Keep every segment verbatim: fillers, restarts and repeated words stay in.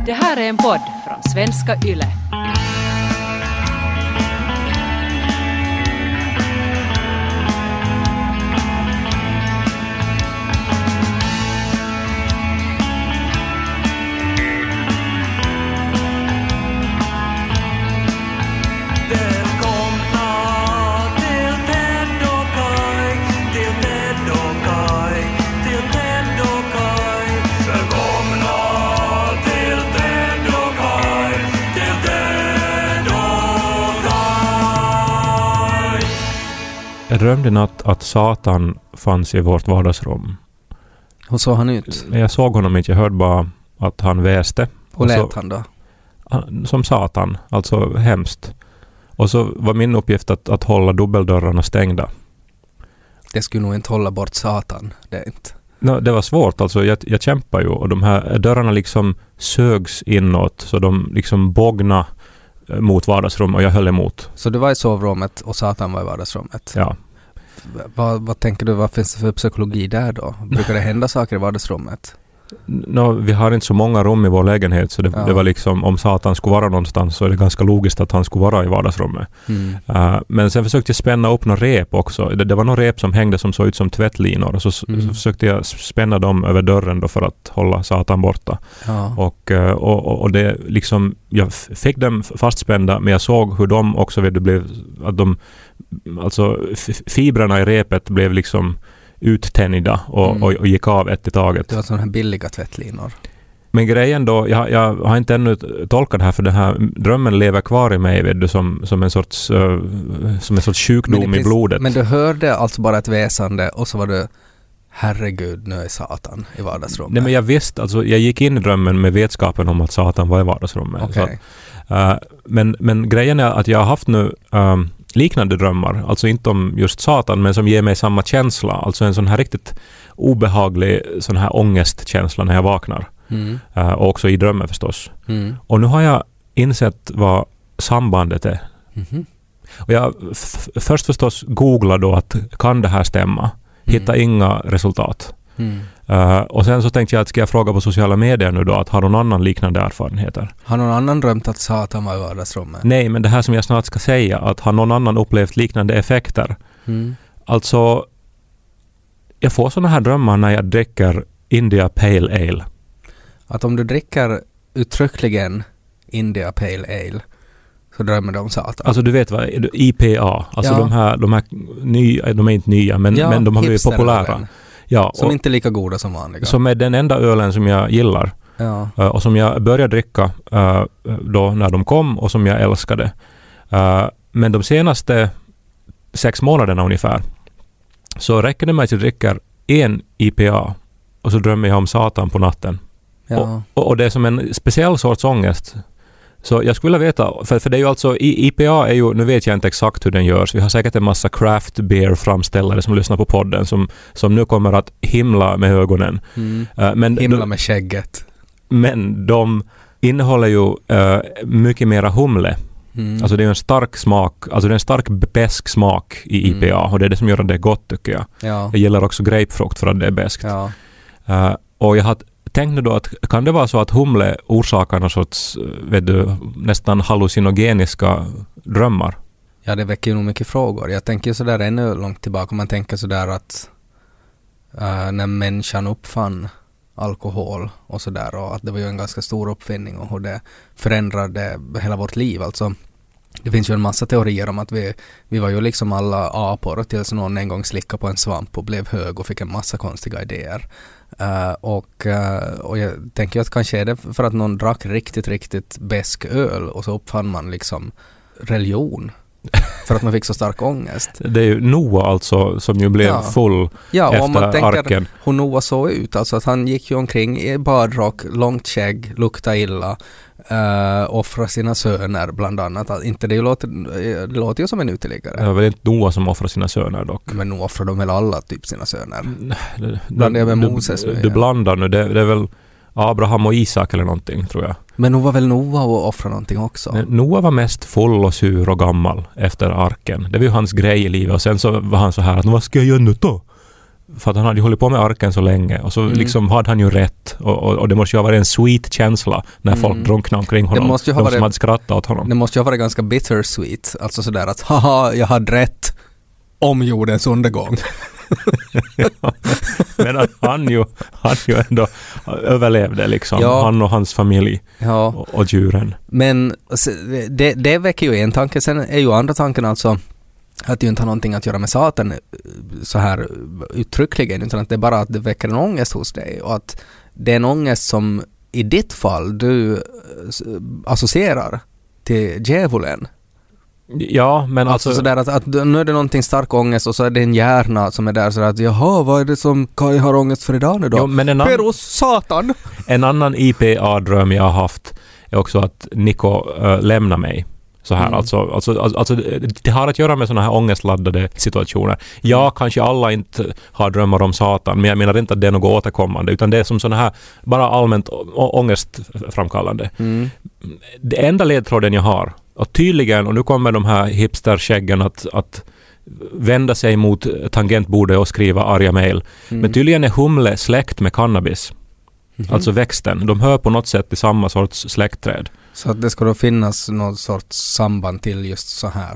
Det här är en podd från Svenska Yle. Jag drömde natt att Satan fanns i vårt vardagsrum. Hur såg han ut? Jag såg honom inte, jag hörde bara att han väste. Och lät så, han då? Som Satan, alltså hemskt. Och så var min uppgift att, att hålla dubbeldörrarna stängda. Det skulle nog inte hålla bort Satan, det är inte. No, det var svårt, alltså jag, jag kämpar ju och de här dörrarna liksom sögs inåt så de liksom bågna mot vardagsrum och jag höll emot. Så du var i sovrummet och Satan var i vardagsrummet? Ja. Vad, vad tänker du, vad finns det för psykologi där då? Brukar det hända saker i vardagsrummet? No, vi har inte så många rum i vår lägenhet så det, ja. det var liksom, om Satan skulle vara någonstans så är det ganska logiskt att han skulle vara i vardagsrummet. Mm. Uh, men sen försökte jag spänna upp några rep också. Det, det var några rep som hängde som såg ut som tvättlinor och så, mm. så försökte jag spänna dem över dörren då för att hålla Satan borta. Ja. Och, uh, och, och det liksom, jag fick dem fastspända men jag såg hur de också vet, det blev, att de, alltså f- fibrerna i repet blev liksom uttänjda och, mm. och, och gick av ett i taget. Det var sådana här billiga tvättlinor. Men grejen då, jag, jag har inte ännu tolkat det här för den här drömmen lever kvar i mig vet du, som, som en sorts uh, som en sorts sjukdom finns, i blodet. Men du hörde alltså bara ett väsande och så var det herregud, nu är Satan i vardagsrummet. Nej men jag visste, alltså jag gick in i drömmen med vetskapen om att Satan var i vardagsrummet. Okay. Så att, uh, men, men grejen är att jag har haft nu um, liknande drömmar, alltså inte om just Satan men som ger mig samma känsla, alltså en sån här riktigt obehaglig sån här ångestkänsla när jag vaknar. Mm. Uh, och också i drömmen förstås. Mm. Och nu har jag insett vad sambandet är. Mm. Och jag f- först förstås googlar då att kan det här stämma? Hitta mm. inga resultat. Mm. Uh, och sen så tänkte jag att ska jag fråga på sociala medier nu då att har någon annan liknande erfarenheter? Har någon annan drömt att Satan var i vardagsrummet? Nej, men det här som jag snart ska säga att har någon annan upplevt liknande effekter? Mm. Alltså jag får såna här drömmar när jag dricker India Pale Ale. Att om du dricker uttryckligen India Pale Ale så drömmer du om Satan. Alltså du vet vad, I P A, alltså ja. de här, de här nya, de är inte nya men, ja, men de har blivit populära. Ja, som inte är lika goda som vanliga. Som är den enda ölen som jag gillar. Ja. Uh, och som jag började dricka uh, då när de kom och som jag älskade. Uh, men de senaste sex månaderna ungefär så räcker det med att jag dricker en I P A och så drömmer jag om Satan på natten. Ja. Och, och, och det är som en speciell sorts ångest. Så jag skulle veta, för, för det är ju alltså, I P A är ju, nu vet jag inte exakt hur den görs. Vi har säkert en massa craft beer framställare som lyssnar på podden som, som nu kommer att himla med ögonen. Mm. Uh, men himla med skägget. Men de innehåller ju uh, mycket mera humle. Mm. Alltså det är en stark smak, alltså det är en stark besk smak i I P A mm. och det är det som gör det gott tycker jag. Ja. Jag gillar också grapefrukt för att det är beskt. Ja. Uh, och jag har tänkte då att kan det vara så att humle orsakar någon sorts vet du, nästan hallucinogeniska drömmar? Ja, det väcker ju nog mycket frågor. Jag tänker sådär ännu långt tillbaka. Man tänker sådär att uh, när människan uppfann alkohol och sådär och att det var ju en ganska stor uppfinning och hur det förändrade hela vårt liv. Alltså, det finns ju en massa teorier om att vi, vi var ju liksom alla apor tills någon en gång slickade på en svamp och blev hög och fick en massa konstiga idéer. Uh, och, uh, och jag tänker att kanske är det för att någon drack riktigt, riktigt besk öl och så uppfann man liksom religion för att man fick så stark ångest. Det är ju Noah alltså som ju blev ja. full ja, efter om man tänker arken. Hur Noah såg ut, alltså att han gick ju omkring i badrock, långt skägg, lukta illa, uh, offra sina söner bland annat. Att inte det, låter, det låter ju som en uteliggare. Det var väl inte Noah som offrar sina söner dock. Men nu offrar de väl alla typ sina söner. Det, bland det med Moses du, du blandar nu, det, det är väl Abraham och Isak eller någonting tror jag. Men nog var väl Noah och offra någonting också? Noah var mest full och sur och gammal efter arken. Det var ju hans grej i livet och sen så var han så här att vad ska jag göra nu då? för att han hade hållit på med arken så länge och så mm. liksom hade han ju rätt och, och, och det måste ju ha varit en sweet känsla när mm. folk drunknade omkring honom. Det måste ju ha de varit, som hade skrattat åt honom. Det måste ju ha varit ganska bittersweet, alltså sådär att haha, jag hade rätt om jordens undergång. Ja, men att han ju, han ju ändå överlevde liksom, ja. Han och hans familj ja. och, och djuren. Men det, det väcker ju en tanke, sen är ju andra tanken alltså att det ju inte har någonting att göra med Satan så här uttryckligen, utan att det är bara att det väcker en ångest hos dig och att det är en ångest som i ditt fall du associerar till djävulen. Ja, men alltså... alltså sådär att, att nu är det någonting stark ångest och så är det en hjärna som är där så att jaha, vad är det som Kai har ångest för idag nu då? Jo, men en an... Peros Satan! En annan I P A-dröm jag har haft är också att Nico äh, lämnar mig. Så här, mm. alltså, alltså, alltså det har att göra med såna här ångestladdade situationer. Ja, mm. kanske alla inte har drömmar om Satan, men jag menar inte att det är något återkommande, utan det är som såna här bara allmänt å- ångestframkallande. Mm. Det enda ledtråden jag har, och tydligen, och nu kommer de här hipsterskäggen att, att vända sig mot tangentbordet och skriva arga mejl. Mm. Men tydligen är humle släkt med cannabis. Mm-hmm. Alltså växten. De hör på något sätt i samma sorts släktträd. Så att det ska då finnas någon sorts samband till just så här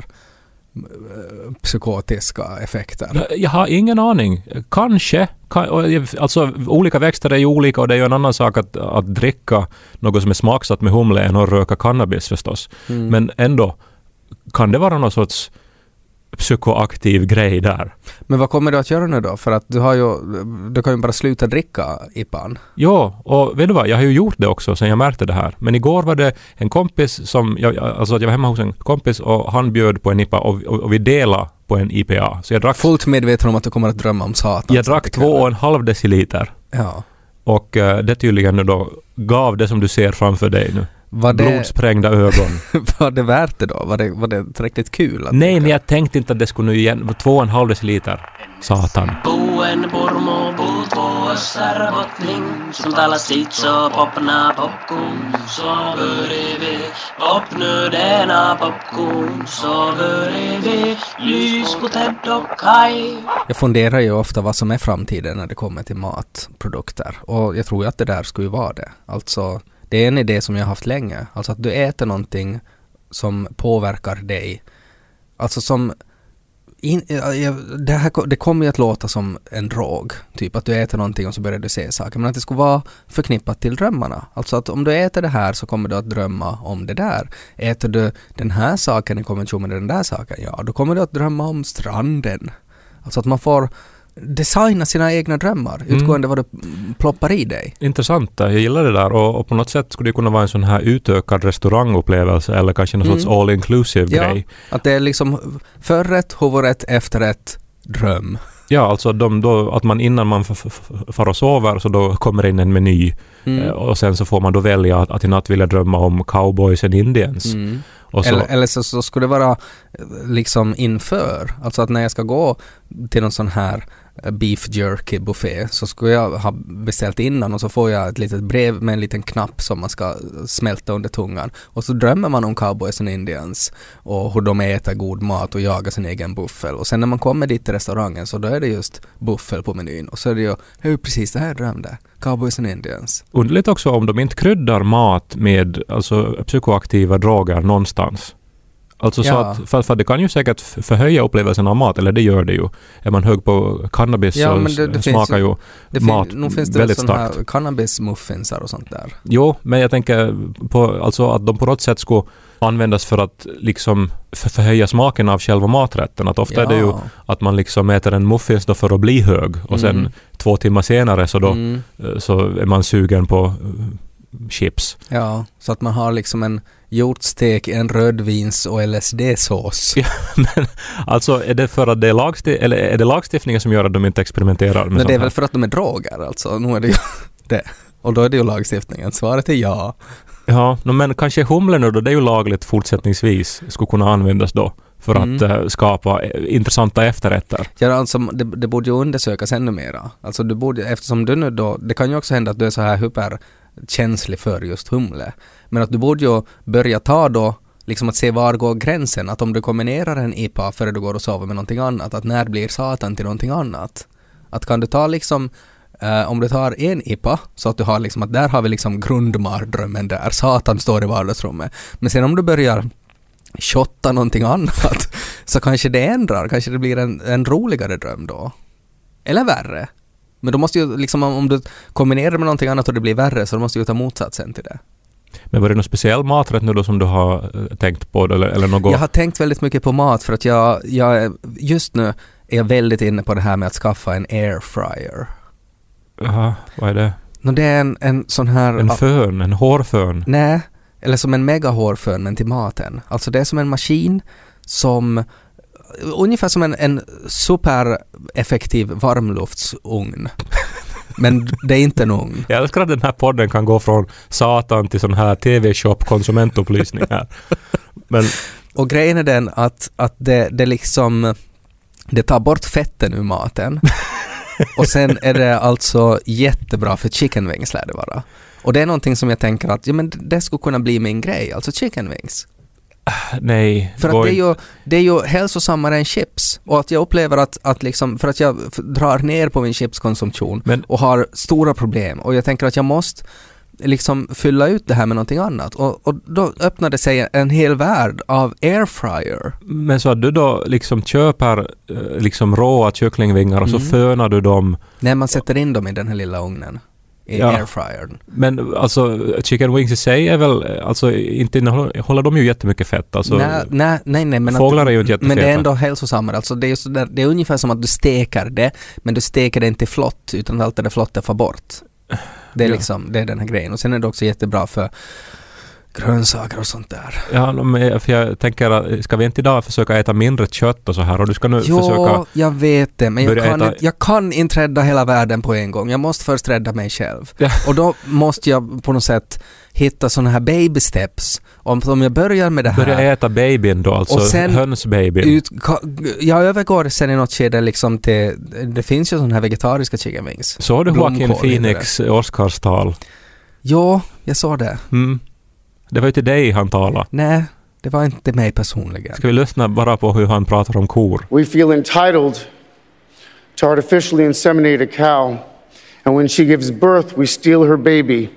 psykotiska effekter? Jag har ingen aning. Kanske. Alltså olika växter är ju olika och det är ju en annan sak att, att dricka något som är smaksatt med humle än att röka cannabis förstås. Mm. Men ändå kan det vara någon sorts psykoaktiv grej där. Men vad kommer du att göra nu då? För att du har ju, du kan ju bara sluta dricka I P A N. Ja, och vet du vad? Jag har ju gjort det också sen jag märkte det här. Men igår var det en kompis som, jag, alltså jag var hemma hos en kompis och han bjöd på en I P A och, och, och vi delade på en I P A. Så jag drack... Fullt medveten om att du kommer att drömma om Satan. Jag drack två och en halv deciliter. Ja. Och uh, det tydligen nu då gav det som du ser framför dig nu. Var det, blodsprängda ögon. Var det värt det då? Var det, var det tillräckligt kul? Att Nej, tänka? Men jag tänkte inte att det skulle nu igen. Två och en halv deciliter. Satan. Buen pormo puutuossa robotling, som talar sitt så popna popcorn, så börjar vi popnödena popcorn, så börjar vi lys på Ted och Kai. Jag funderar ju ofta vad som är framtiden när det kommer till matprodukter. Och jag tror ju att det där skulle ju vara det. Alltså... Det är en idé som jag har haft länge. Alltså att du äter någonting som påverkar dig. Alltså som... In, det, här, det kommer ju att låta som en drog. Typ att du äter någonting och så börjar du se saker. Men att det skulle vara förknippat till drömmarna. Alltså att om du äter det här så kommer du att drömma om det där. Äter du den här saken i kombination med den där saken, ja, då kommer du att drömma om stranden. Alltså att man får... designa sina egna drömmar utgående mm. vad du ploppar i dig. Intressant, jag gillar det där och, och på något sätt skulle det kunna vara en sån här utökad restaurangupplevelse eller kanske någon mm. sorts all-inclusive ja, grej. Att det är liksom förrätt, huvudrätt, efterrätt, dröm. Ja, alltså de, då, att man innan man f- f- far och sover så då kommer in en meny mm. eh, och sen så får man då välja att, att i natt vilja drömma om cowboys and indians. Mm. Och så, eller eller så, så skulle det vara liksom inför, alltså att när jag ska gå till någon sån här beef jerky buffé så skulle jag ha beställt innan och så får jag ett litet brev med en liten knapp som man ska smälta under tungan och så drömmer man om cowboys and indians och hur de äter god mat och jagar sin egen buffel och sen när man kommer dit till restaurangen så då är det just buffel på menyn och så är det ju hur precis det här drömde cowboys and indians. Underligt också om de inte kryddar mat med alltså psykoaktiva droger någonstans. Alltså ja. så att, för, för det kan ju säkert förhöja upplevelsen av mat, eller det gör det ju. Är man hög på cannabis ja, så men det, det smakar ju det mat fin, finns det väldigt starkt. Här cannabismuffinsar och sånt där. Jo, men jag tänker på alltså att de på något sätt skulle användas för att liksom för, förhöja smaken av själva maträtten. Att ofta ja. är det ju att man liksom äter en muffins då för att bli hög och sen mm. två timmar senare så då mm. så är man sugen på chips. Ja, så att man har liksom en hjortstek, en rödvins och L S D-sås. Ja, men alltså är det för att det är, lagsti- eller är det lagstiftningen som gör att de inte experimenterar med men det är här? väl för att de är droger alltså. Nu är det ju det. Och då är det ju lagstiftningen. Svaret är ja. Ja, men kanske humlen då, det är ju lagligt fortsättningsvis skulle kunna användas då för mm. att uh, skapa intressanta efterrätter. Ja, alltså det, det borde ju undersökas ännu mera. Alltså du borde, eftersom du nu då, det kan ju också hända att du är så här hyper känslig för just humle. Men att du borde ju börja ta då liksom att se var går gränsen. Att om du kombinerar en I P A före du går och sover med någonting annat. Att när blir Satan till någonting annat? Att kan du ta liksom Uh, om du tar en I P A så att du har liksom att där har vi liksom grundmardrömmen där Satan står i vardagsrummet, men sen om du börjar shotta någonting annat så kanske det ändrar, kanske det blir en, en roligare dröm då eller värre, men då måste ju liksom om du kombinerar med någonting annat och det blir värre så då måste du ta motsatsen till det. Men var det någon speciell maträtt nu då som du har tänkt på eller, eller något? Jag har tänkt väldigt mycket på mat för att jag, jag just nu är jag väldigt inne på det här med att skaffa en airfryer. Jaha, vad är det? No, det är en, en sån här... En fön, en hårfön? Nej, eller som en megahårfön men till maten. Alltså det är som en maskin som... Ungefär som en, en supereffektiv varmluftsugn. Men det är inte en ugn. Jag älskar att den här podden kan gå från Satan till sån här T V-shop konsumentupplysning här. Men... Och grejen är den att, att det, det liksom... Det tar bort fetten ur maten. Och sen är det alltså jättebra för chicken wings lär det vara. Och det är någonting som jag tänker att ja, men det skulle kunna bli min grej, alltså chicken wings. Nej. För att det är, ju, det är ju hälsosammare än chips. Och att jag upplever att, att liksom, för att jag drar ner på min chipskonsumtion men, och har stora problem. Och jag tänker att jag måste liksom fylla ut det här med någonting annat. Och, och då öppnade sig en hel värld av airfryer. Men så att du då liksom köper liksom råa kycklingvingar och mm. så fönar du dem? Nej, man sätter in dem i den här lilla ugnen. I ja. airfryern. Men alltså chicken wings i sig är väl alltså inte håller de ju jättemycket fett alltså. Nej nej nej, nej men fåglar att, är ju inte jättefeta. Men det är ändå hälsosammare. Alltså det är så där, det är ungefär som att du steker det, men du steker det inte flott utan allt det flottet får bort. Det är liksom ja. det är den här grejen och sen är det också jättebra för grönsaker och sånt där. Ja, men för jag tänker, ska vi inte idag försöka äta mindre kött och så här? Och du ska nu jo, försöka... jag vet det, men jag kan, äta... inte, jag kan inte rädda hela världen på en gång. Jag måste först rädda mig själv. Ja. Och då måste jag på något sätt hitta såna här baby steps. Om, om jag börjar med det här... Börja äta babyn då, alltså och sen hönsbabyn. Ut, jag övergår sen i något skede liksom till... Det finns ju såna här vegetariska chicken wings. Så du Joaquin Phoenix Oscarstal? Jo, jag såg det. Mm. Det var ju till dig han talade. Nej, det var inte mig personligen. Ska vi lyssna bara på hur han pratar om kor? We feel entitled to artificially inseminate a cow, and when she gives birth we steal her baby,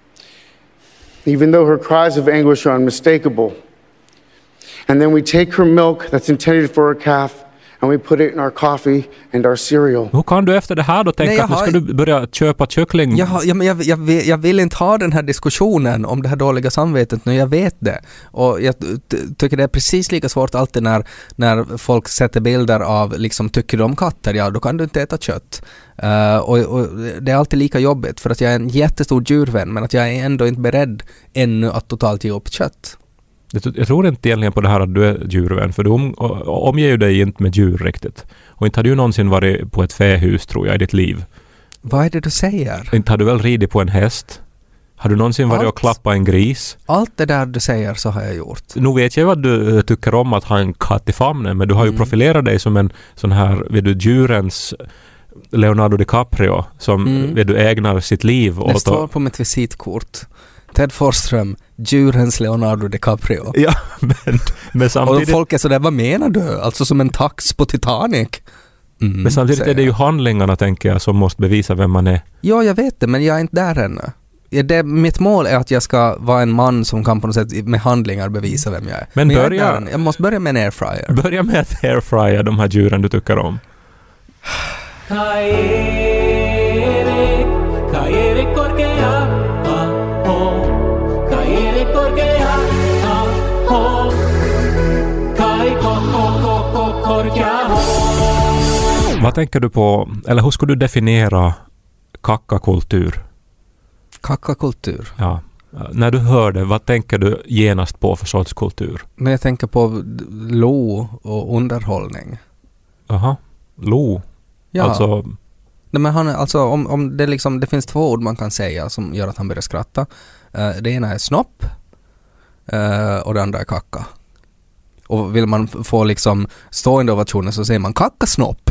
even though her cries of anguish are unmistakable. And then we take her milk that's intended for a calf and we put it in our coffee and our cereal. Hur kan du efter det här då tänka Nej, att nu ska du börja köpa kyckling? Jag, jag, jag, jag, vill, jag vill inte ha den här diskussionen om det här dåliga samvetet nu, jag vet det. Och jag t- tycker det är precis lika svårt alltid när, när folk sätter bilder av liksom, tycker du om katter? Ja, då kan du inte äta kött. Uh, och, och det är alltid lika jobbigt för att jag är en jättestor djurvän men att jag är ändå inte beredd ännu att totalt ge upp kött. Jag tror inte egentligen på det här att du är djurvän, för du om, omger ju dig inte med djur riktigt. Och inte har du någonsin varit på ett fähus, tror jag, i ditt liv. Vad är det du säger? Inte har du väl ridit på en häst? Har du någonsin varit Allt. och klappat en gris? Allt det där du säger så har jag gjort. Nu vet jag vad du tycker om att ha en katt i famnen, men du har ju mm. profilerat dig som en sån här, vet du, djurens Leonardo DiCaprio som mm. vet du, ägnar sitt liv åt. Det står på mitt visitkort. Ted Forsström, djurens Leonardo DiCaprio. Ja, men, men samtidigt... Och folk är sådär, vad menar du? Alltså som en tax på Titanic. Mm, men samtidigt är det ju handlingarna, tänker jag, som måste bevisa vem man är. Ja, jag vet det, men jag är inte där ännu. Det, mitt mål är att jag ska vara en man som kan på något sätt med handlingar bevisa vem jag är. Men, men börja... Jag, är jag måste börja med en airfryer. Börja med att airfryer de här djuren du tycker om. Vad tänker du på, eller hur skulle du definiera kackakultur? Kackakultur? Ja. När du hör det, vad tänker du genast på för sorts kultur? Men jag tänker på lo och underhållning. Jaha, lo? Ja. Alltså... Nej, men han, alltså om, om det, liksom, det finns två ord man kan säga som gör att han börjar skratta. Uh, det ena är snopp uh, och det andra är kacka. Och vill man få liksom stående ovationer så säger man kackasnopp.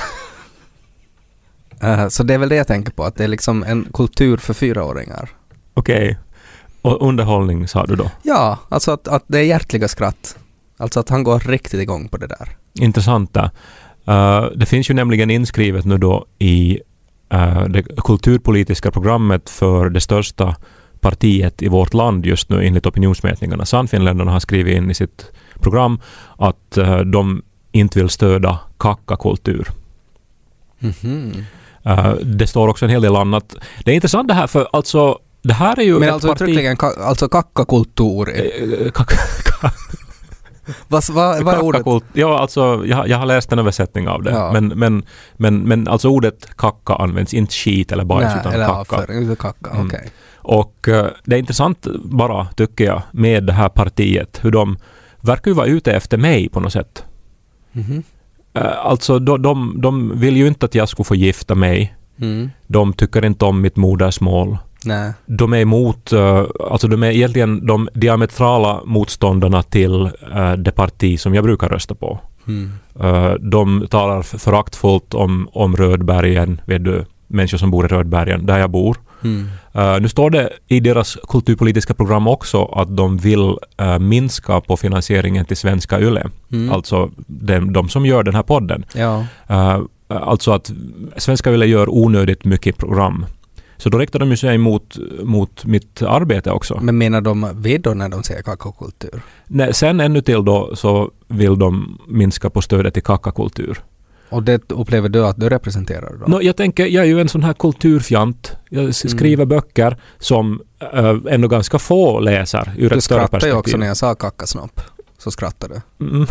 uh, så det är väl det jag tänker på, att det är liksom en kultur för fyraåringar. Okej. Okay. Och underhållning sa du då? Ja, alltså att, att det är hjärtliga skratt. Alltså att han går riktigt igång på det där. Intressant där. Uh, det finns ju nämligen inskrivet nu då i uh, det kulturpolitiska programmet för det största partiet i vårt land just nu enligt opinionsmätningarna. Sannfinländarna har skrivit in i sitt program att uh, de inte vill stödja kackakultur. Mm-hmm. Uh, det står också en hel del annat. Det är intressant det här, för alltså det här är ju men ett alltså parti... uttryckligen ka- alltså kackakultur. Uh, kaka, kaka. Vad, vad, vad är ordet? Kakakult, ja, alltså jag, jag har läst en översättning av det. Ja. Men, men, men, men alltså ordet kacka används inte skit eller bajs, Nej, utan eller kacka. avföring, kacka. Mm. Okej. Och uh, det är intressant bara, tycker jag, med det här partiet, hur de verkar ju vara ute efter mig på något sätt. Mm-hmm. Uh, alltså de, de, de vill ju inte att jag skulle få gifta mig. Mm. De tycker inte om mitt modersmål. Nej. De är emot, uh, alltså de är egentligen de diametrala motståndarna till uh, det parti som jag brukar rösta på. Mm. Uh, de talar föraktfullt om, om Rödbergen, vet du, människor som bor i Rödbergen, där jag bor. Mm. Uh, nu står det i deras kulturpolitiska program också att de vill uh, minska på finansieringen till Svenska Yle. Mm. Alltså de, de som gör den här podden. Ja. Uh, alltså att Svenska Yle gör onödigt mycket program. Så då riktar de ju sig mot, mot mitt arbete också. Men menar de vid då när de säger kakakultur? Nej, sen ännu till då så vill de minska på stödet till kakakultur. Och det upplever du att du representerar då? No, jag tänker, jag är ju en sån här kulturfjant. Jag skriver mm. böcker som äh, ändå ganska få läser ur du ett större perspektiv. Du skrattade ju också när jag sa kackasnopp. Så skrattade du. Mm.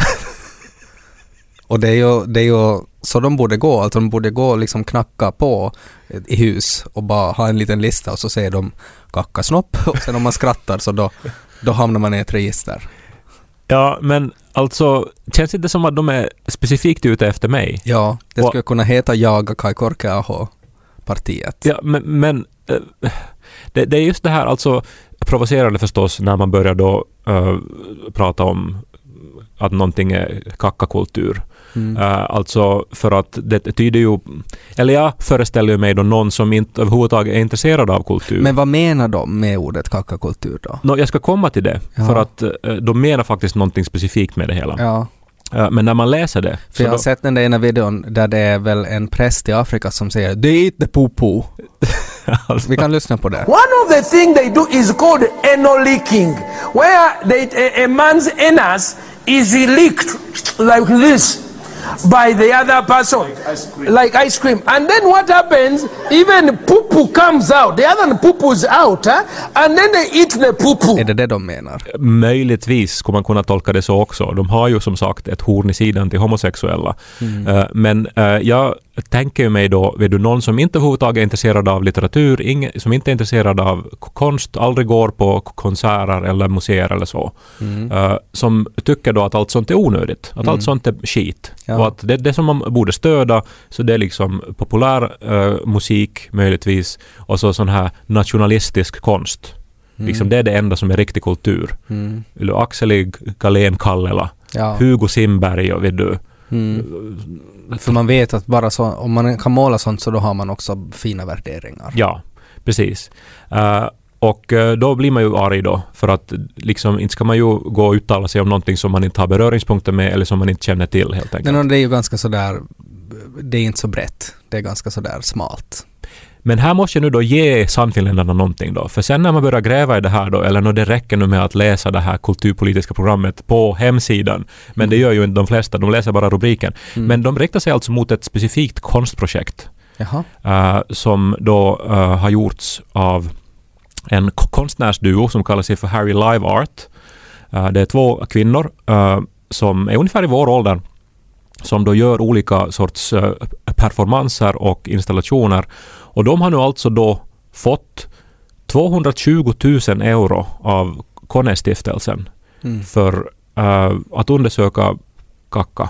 Och det är, ju, det är ju så de borde gå. Alltså de borde gå och liksom knacka på i hus och bara ha en liten lista och så säger de kackasnopp. Och sen om man skrattar så då, då hamnar man i ett register. Ja, men alltså känns det inte som att de är specifikt ute efter mig? Ja, det skulle och, kunna heta Jaga Kai Korkeaho-partiet. Ja, men, men det, det är just det här, alltså provocerande förstås när man börjar då uh, prata om att någonting är kackakultur. Mm. Uh, alltså för att det tyder ju, eller jag föreställer mig då någon som inte överhuvudtaget är intresserad av kultur. Men vad menar de med ordet kackakultur då? No, jag ska komma till det, ja. för att uh, de menar faktiskt någonting specifikt med det hela. Ja. Uh, men när man läser det... För jag har då... sett den där ena videon där det är väl en präst i Afrika som säger det är inte poo-poo. Alltså. Vi kan lyssna på det. One of the things they do is called anal leaking, where they, a, a man's anus is leaked like this by the other person, like ice cream, like ice cream. And then what happens, even poo-poo comes out, the other poo-poo is out, huh? And then they eat the poo-poo. Är det det de menar? Möjligtvis skulle man kunna tolka det så också. De har ju som sagt ett horn i sidan till homosexuella. Mm. Uh, men uh, jag tänker mig då, vet du, någon som inte överhuvudtaget är intresserad av litteratur, ing, som inte är intresserad av konst, aldrig går på konserter eller museer eller så. Mm. Uh, som tycker då att allt sånt är onödigt. Att mm. allt sånt är skit. Ja. Och att det är det som man borde stöda, så det är liksom populär uh, musik möjligtvis och så sån här nationalistisk konst. Mm. Liksom det är det enda som är riktig kultur. Mm. Eller Axel Galén Kallela, ja. Hugo Simberg och vet du. Mm. För man vet att bara så, om man kan måla sånt så då har man också fina värderingar. Ja, precis. Uh, och uh, då blir man ju arg då, för att liksom inte ska man ju gå och uttala sig om någonting som man inte har beröringspunkter med eller som man inte känner till helt enkelt. Men det är ju ganska sådär, det är inte så brett, det är ganska sådär smalt. Men här måste jag nu då ge Sannfinländarna någonting då. För sen när man börjar gräva i det här då, eller när det räcker nu med att läsa det här kulturpolitiska programmet på hemsidan. Men mm. det gör ju inte de flesta, de läser bara rubriken. Mm. Men de riktar sig alltså mot ett specifikt konstprojekt. Jaha. Uh, som då uh, har gjorts av en konstnärsduo som kallar sig för Harry Live Art. Uh, det är två kvinnor uh, som är ungefär i vår ålder, som då gör olika sorts uh, performanser och installationer. Och de har nu alltså då fått tvåhundratjugo tusen euro av Konnestiftelsen mm. för uh, att undersöka kacka.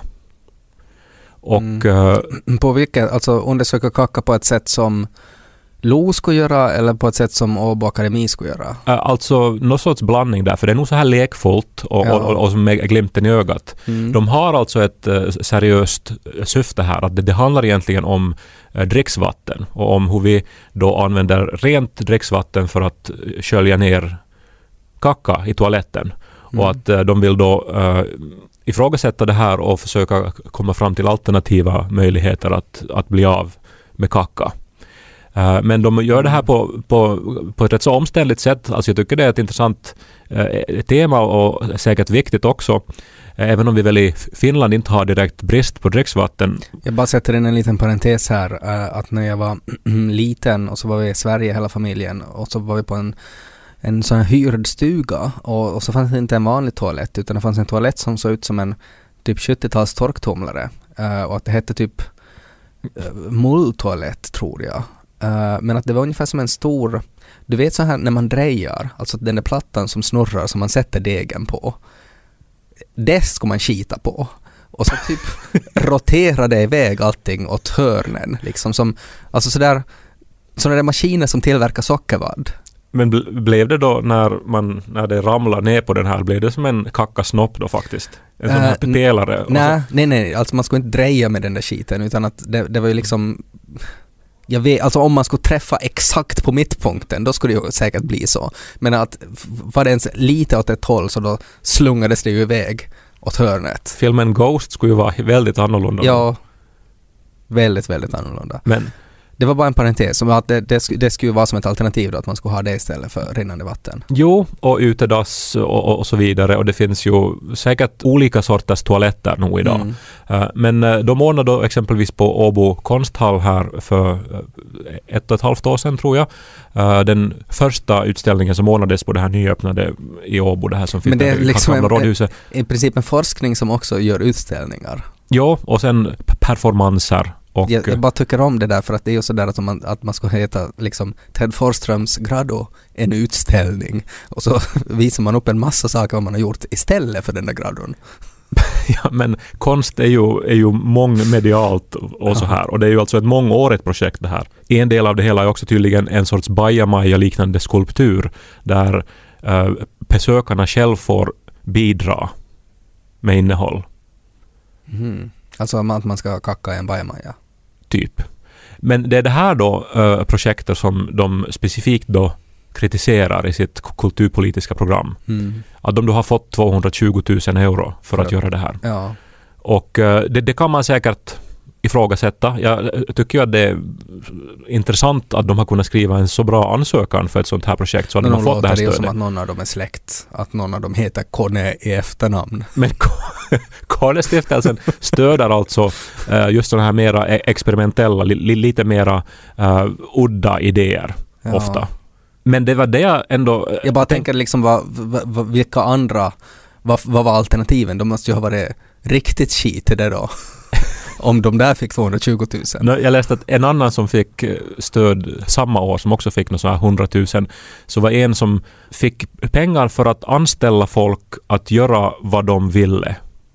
Och, mm. uh, på vilket? Alltså undersöka kacka på ett sätt som Lo skulle göra eller på ett sätt som Åbo Akademi skulle göra? Uh, alltså någon sorts blandning där, för det är nog så här lekfullt och, ja. och, och, och som med glimten i ögat. Mm. De har alltså ett uh, seriöst syfte här, att det, det handlar egentligen om uh, dricksvatten och om hur vi då använder rent dricksvatten för att skölja ner kacka i toaletten. Mm. Och att uh, de vill då uh, ifrågasätta det här och försöka komma fram till alternativa möjligheter att, att bli av med kacka. Uh, men de gör det här på, på, på ett rätt så omständligt sätt. Alltså jag tycker det är ett intressant uh, tema och säkert viktigt också. Uh, även om vi väl i Finland inte har direkt brist på dricksvatten. Jag bara sätter in en liten parentes här. Uh, att när jag var liten och så var vi i Sverige hela familjen och så var vi på en en sån här hyrd stuga och, och så fanns det inte en vanlig toalett utan det fanns en toalett som såg ut som en typ sjuttio-tals torktumlare uh, och att det hette typ uh, mulltoalett tror jag. Uh, men att det var ungefär som en stor, du vet så här när man drejar, alltså den där plattan som snurrar som man sätter degen på, det ska man skita på. Och så typ roterade iväg allting åt hörnen liksom som, alltså sådär sådana där maskiner som tillverkar sockervadd. Men ble- blev det då när man när det ramlade ner på den här, blev det som en kackasnopp då faktiskt? En sån här uh, pelare? Nej, nej, nej, alltså man skulle inte dreja med den där skiten utan att det, det var ju liksom, jag vet, alltså om man skulle träffa exakt på mittpunkten då skulle det ju säkert bli så. Men att var det ens lite åt ett håll så då slungades det ju iväg åt hörnet. Filmen Ghost skulle ju vara väldigt annorlunda. Ja, väldigt, väldigt annorlunda. Men det var bara en parentes, som att det, det, det skulle vara som ett alternativ då, att man skulle ha det istället för rinnande vatten. Jo, och utedass och, och, och så vidare. Och det finns ju säkert olika sorters toaletter nog idag. Mm. Uh, men uh, de ordnade då exempelvis på Åbo konsthall här för uh, ett och ett halvt år sedan tror jag. Uh, den första utställningen som ordnades på det här nyöppnade i Åbo, det här som finns men det är liksom en, rådhuset. i princip en forskning som också gör utställningar. Jo, och sen performanser. Och jag, jag bara tycker om det där för att det är ju sådär att man, att man ska heta liksom Ted Forsströms grado, en utställning och så visar man upp en massa saker vad man har gjort istället för den där gradon. Ja, men konst är ju, är ju mångmedialt och så här och det är ju alltså ett mångårigt projekt det här. En del av det hela är också tydligen en sorts bajamaja liknande skulptur där uh, besökarna själv får bidra med innehåll. Mm. Alltså att man ska kacka i en bajamaja. Typ. Men det är det här då uh, projektet som de specifikt då kritiserar i sitt kulturpolitiska program. Mm. Att de då har fått tvåhundratjugo tusen euro för, för att göra det här. Ja. Och uh, det, det kan man säkert ifrågasätta. Jag tycker ju att det är intressant att de har kunnat skriva en så bra ansökan för ett sånt här projekt så att de har fått det här stödet. Det är som att någon av dem är släkt. Att någon av dem heter Kone i efternamn. Men Karnestiftelsen stöder alltså uh, just sådana här mera experimentella, li, lite mera uh, udda idéer ja. Ofta. Men det var det jag ändå... Jag bara tänker liksom vad, vad, vilka andra, vad, vad var alternativen? De måste ju ha varit riktigt skit det då. Om de där fick tvåhundratjugo tusen. Jag läste att en annan som fick stöd samma år som också fick något sådär hundratusen så var en som fick pengar för att anställa folk att göra vad de ville.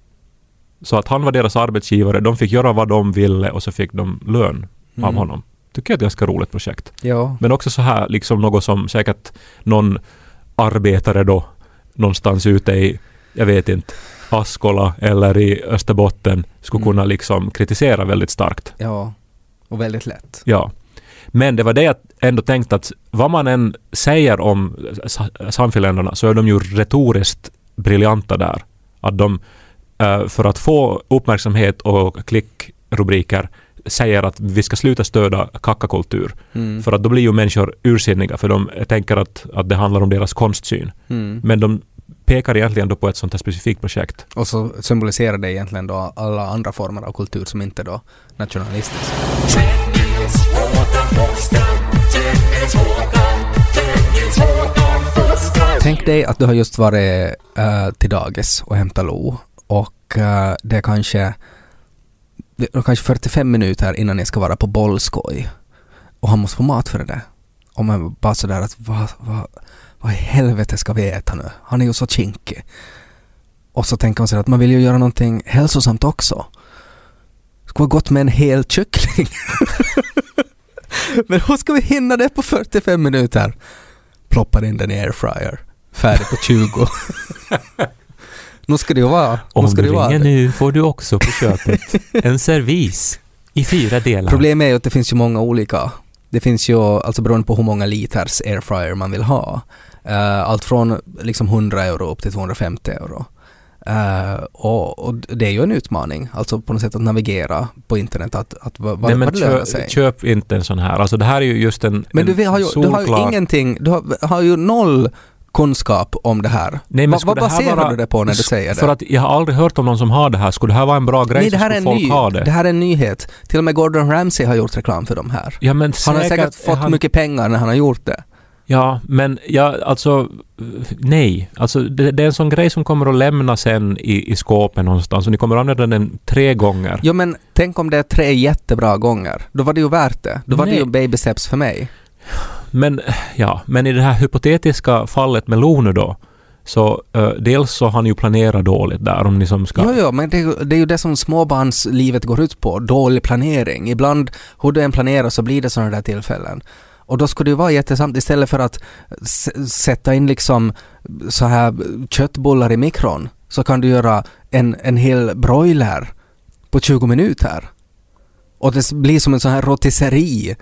Så att han var deras arbetsgivare, de fick göra vad de ville och så fick de lön av mm. honom. Tycker jag är ett ganska roligt projekt. Ja. Men också så här liksom något som säkert någon arbetare då någonstans ute i, jag vet inte, Askola eller i Österbotten skulle mm. kunna liksom kritisera väldigt starkt. Ja, och väldigt lätt. Ja. Men det var det jag ändå tänkte att vad man än säger om samfäländarna så är de ju retoriskt briljanta där. Att de för att få uppmärksamhet och klickrubriker säger att vi ska sluta stödja kackakultur. Mm. För att då blir ju människor ursinniga för de tänker att, att det handlar om deras konstsyn. Mm. Men de pekar egentligen då på ett sånt här specifikt projekt. Och så symboliserar det egentligen då alla andra former av kultur som inte då nationalistisk. Tänk dig att du har just varit uh, till dagis och hämtat Lo och uh, det är kanske det är kanske fyrtiofem minuter innan ni ska vara på bollskoj och han måste få mat för det där. Och man bara sådär att vad, vad, vad i helvete ska vi äta nu? Han är ju så kinkig. Och så tänker man sig att man vill ju göra någonting hälsosamt också. Det ska vara gott med en hel kyckling. Men hur ska vi hinna det på fyrtiofem minuter? Ploppar in den i airfryer. Färdig på tjugo. Nu ska det ju vara. Om ska du ringer vara. Nu får du också på köpet en servis i fyra delar. Problemet är ju att det finns ju många olika. Det finns ju, alltså beroende på hur många liters airfryer man vill ha. Uh, allt från liksom hundra euro upp till tvåhundrafemtio euro. Uh, och, och det är ju en utmaning, alltså på något sätt att navigera på internet, att, att vad, Nej, men vad lönar köp, sig. Köp inte en sån här. Alltså det här är ju just en Men en du, har ju, du har ju solklar... ingenting, du har, har ju noll kunskap om det här. Nej, Va, vad baserar vara, du det på när du säger det? För att jag har aldrig hört om någon som har det här. Skulle det här vara en bra grej? Nej, det här så är skulle en folk ny, ha det. Det här är en nyhet. Till och med Gordon Ramsay har gjort reklam för de här. Ja, men han har säkert, säkert fått han... mycket pengar när han har gjort det. Ja, men ja, alltså nej. Alltså det, det är en sån grej som kommer att lämna sen i, i skåpen någonstans och ni kommer att använda den tre gånger. Jo, men tänk om det är tre jättebra gånger. Då var det ju värt det. Då var nej. det ju baby steps för mig. Men ja, men i det här hypotetiska fallet med Lone då, så uh, dels så har ni ju planerat dåligt där om ni som ska... Jo, jo, men det, det är ju det som småbarnslivet går ut på. Dålig planering. Ibland, hur du än planerar så blir det sådana där tillfällen. Och då skulle det ju vara jättesamt istället för att s- sätta in liksom så här köttbullar i mikron, så kan du göra en, en hel broiler på tjugo minuter. Och det blir som en sån här rotisserie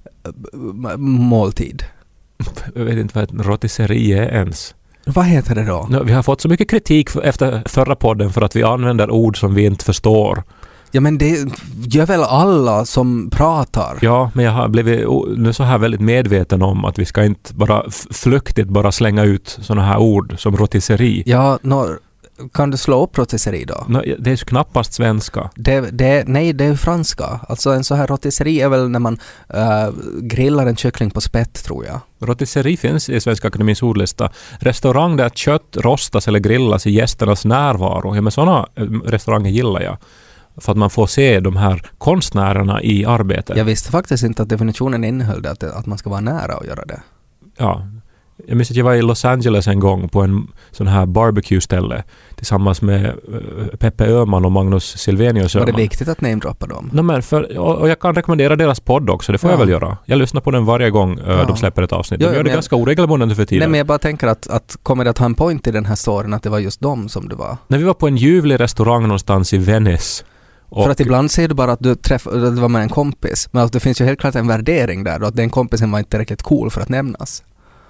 måltid. Jag vet inte vad en rotisserie är ens. Vad heter det då? No, vi har fått så mycket kritik för, efter förra podden för att vi använder ord som vi inte förstår. Ja, men det gör väl alla som pratar. Ja, men jag har blivit nu så här väldigt medveten om att vi ska inte bara f- flyktigt bara slänga ut såna här ord som rotisserie. Ja, no, kan du slå upp rotisserie då? No, det är ju knappast svenska. Det, det, nej, det är franska. Alltså en så här rotisserie är väl när man uh, grillar en kyckling på spett, tror jag. Rotisserie finns i Svenska Akademins ordlista. Restaurang där kött rostas eller grillas i gästernas närvaro. Ja, men sådana restauranger gillar jag. För att man får se de här konstnärerna i arbetet. Jag visste faktiskt inte att definitionen innehöll det, att, att man ska vara nära och göra det. Ja. Jag minns att jag var i Los Angeles en gång på en sån här barbecue-ställe tillsammans med uh, Peppe Öhman och Magnus Silvenius Öhman. Var det viktigt att namedroppa dem? No, men för, och, och jag kan rekommendera deras podd också, det får ja. jag väl göra. Jag lyssnar på den varje gång uh, ja. de släpper ett avsnitt. De ja, gör det men, ganska oregelbundet för tiden. Nej, men jag bara tänker att, att kommer det att ha en point i den här storyn att det var just dem som du var? När vi var på en ljuvlig restaurang någonstans i Venice. Och för att ibland ser du bara att du träffade, att det var med en kompis. Men att det finns ju helt klart en värdering där och att den kompisen var inte tillräckligt cool för att nämnas.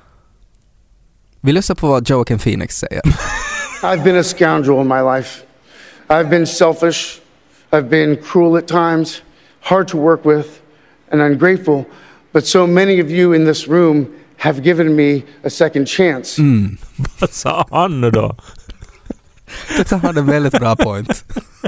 Vi lyssnar på vad Joaquin Phoenix säger. I've been a scoundrel in my life. I've been selfish. I've been cruel at times, hard to work with, and ungrateful. But so many of you in this room have given me a second chance. Mm. Vad sa han nu då? Det har en väldigt bra point.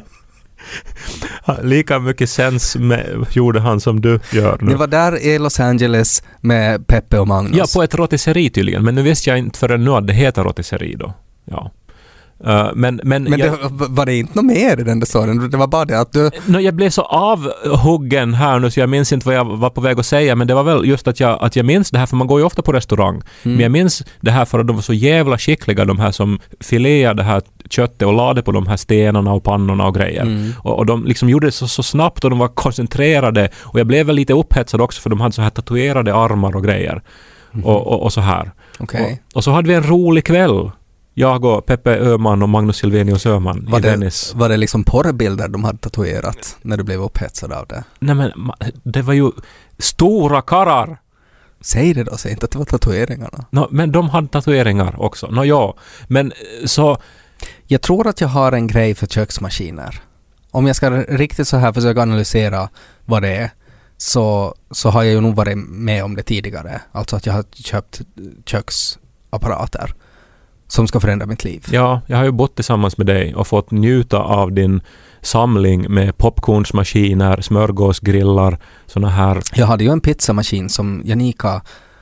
Lika mycket sens med, gjorde han som du gör nu. Ni var där i Los Angeles med Peppe och Magnus. Ja, på ett rotisserie tydligen. Men nu visste jag inte förrän nu att det heter rotisserie då. Ja. Uh, men men, men jag, det, var det inte något mer i den där storyn? Det var bara det att du... No, jag blev så avhuggen här nu så jag minns inte vad jag var på väg att säga, men det var väl just att jag, att jag minns det här, för man går ju ofta på restaurang. Mm. Men jag minns det här för att de var så jävla skickliga, de här som fileade det här köttet och lade på de här stenarna och pannorna och grejer. Mm. Och, och de liksom gjorde det så, så snabbt och de var koncentrerade, och jag blev väl lite upphetsad också för de hade så här tatuerade armar och grejer. Mm. Och, och, och så här. Okay. Och, och så hade vi en rolig kväll. Jag och Peppe Öhman och Magnus Silvenius Öhman var i det, Venice. Var det liksom porrbilder de hade tatuerat när du blev upphetsad av det? Nej, men det var ju stora karrar. Säg det då, säg inte att det var tatueringarna. No, men de hade tatueringar också. Nå no, ja, men så... Jag tror att jag har en grej för köksmaskiner. Om jag ska riktigt så här försöka analysera vad det är, så, så har jag ju nog varit med om det tidigare. Alltså att jag har köpt köksapparater som ska förändra mitt liv. Ja, jag har ju bott tillsammans med dig och fått njuta av din samling med popcornsmaskiner, smörgåsgrillar, såna här. Jag hade ju en pizzamaskin som Janika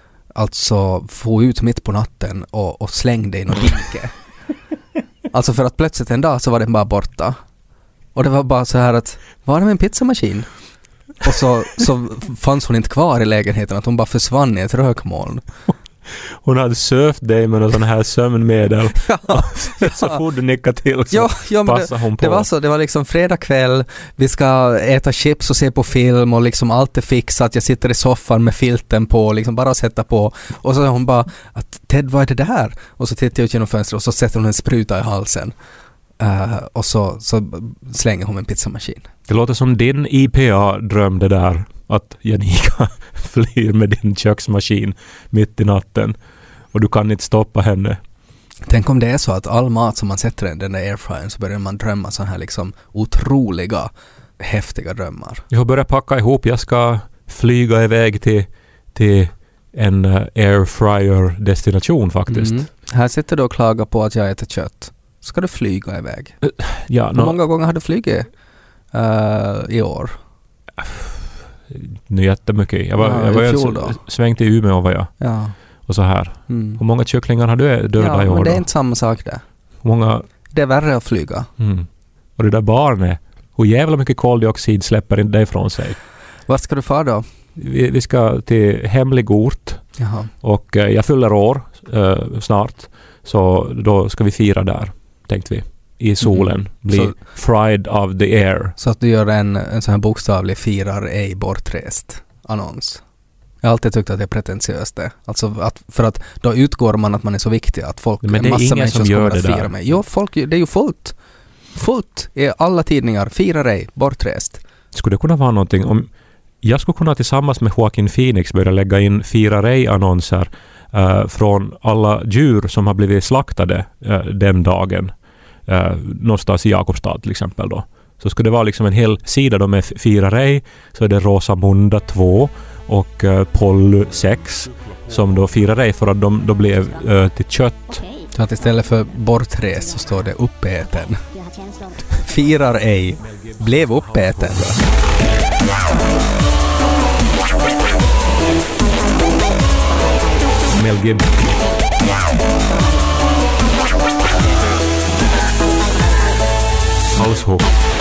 alltså få ut mitt på natten och, och slängde i något dike. Alltså för att plötsligt en dag så var den bara borta. Och det var bara så här att, var det med en pizzamaskin? Och så, så fanns hon inte kvar i lägenheten, att hon bara försvann i ett rökmoln. Hon hade sövt dig med någon sån här sömnmedel. Ja, så fort du nicka till så ja, ja, men passade hon på. Det var så, det var liksom fredag kväll, vi ska äta chips och se på film och liksom allt är fixat. Jag sitter i soffan med filten på och liksom bara sätta på. Och så är hon bara, att Ted, vad är det där? Och så tittar jag ut genom fönstret och så sätter hon en spruta i halsen. Uh, och så, så slänger hon en pizzamaskin. Det låter som din I P A drömde där, att Janika flyr med din köksmaskin mitt i natten och du kan inte stoppa henne. Tänk om det är så att all mat som man sätter i den där airfryern så börjar man drömma så här liksom otroliga, häftiga drömmar. Jag börjar packa ihop. Jag ska flyga iväg till, till en uh, airfryer-destination faktiskt. Mm. Här sitter du och klagar på att jag äter kött. Ska du flyga iväg? Uh, ja, Hur no, många gånger har du flugit uh, i år? Nu jättemycket. Jag var, ja, jag var fjol jag svängt i Umeå var jag. Ja. Och så här. Mm. Hur många kycklingar har du dödat ja, i år? Men det är då? inte samma sak där. Hur många... Det är värre att flyga. Mm. Och det där barnet, hur jävla mycket koldioxid släpper inte det ifrån sig? Vad ska du få då? Vi, vi ska till hemlig ort. Jaha. Och eh, jag fyller år eh, snart. Så då ska vi fira där, tänkte vi. I solen. Mm. Bli så, fried of the air. Så att du gör en, en sån här bokstavlig firar ej bortrest annons. Jag har alltid tyckt att det är pretentiöst det. Alltså att, för att då utgår man att man är så viktig att folk, men det är massa ingen som gör det fira där. Med. Jo, folk, det är ju fullt. Fullt i alla tidningar. Firar ej bortrest. Skulle det kunna vara någonting om jag skulle kunna tillsammans med Joaquin Phoenix börja lägga in firar ej-annonser uh, från alla djur som har blivit slaktade uh, den dagen. Uh, någonstans i Jakobstad till exempel då. Så skulle det vara liksom en hel sida då med firar ej, så är det Rosamunda två och uh, Polly sex som då firar ej för att de då blev uh, till kött. Så att istället för bortrest så står det uppäten. Firar ej, blev uppäten. Mel Gibson. Household.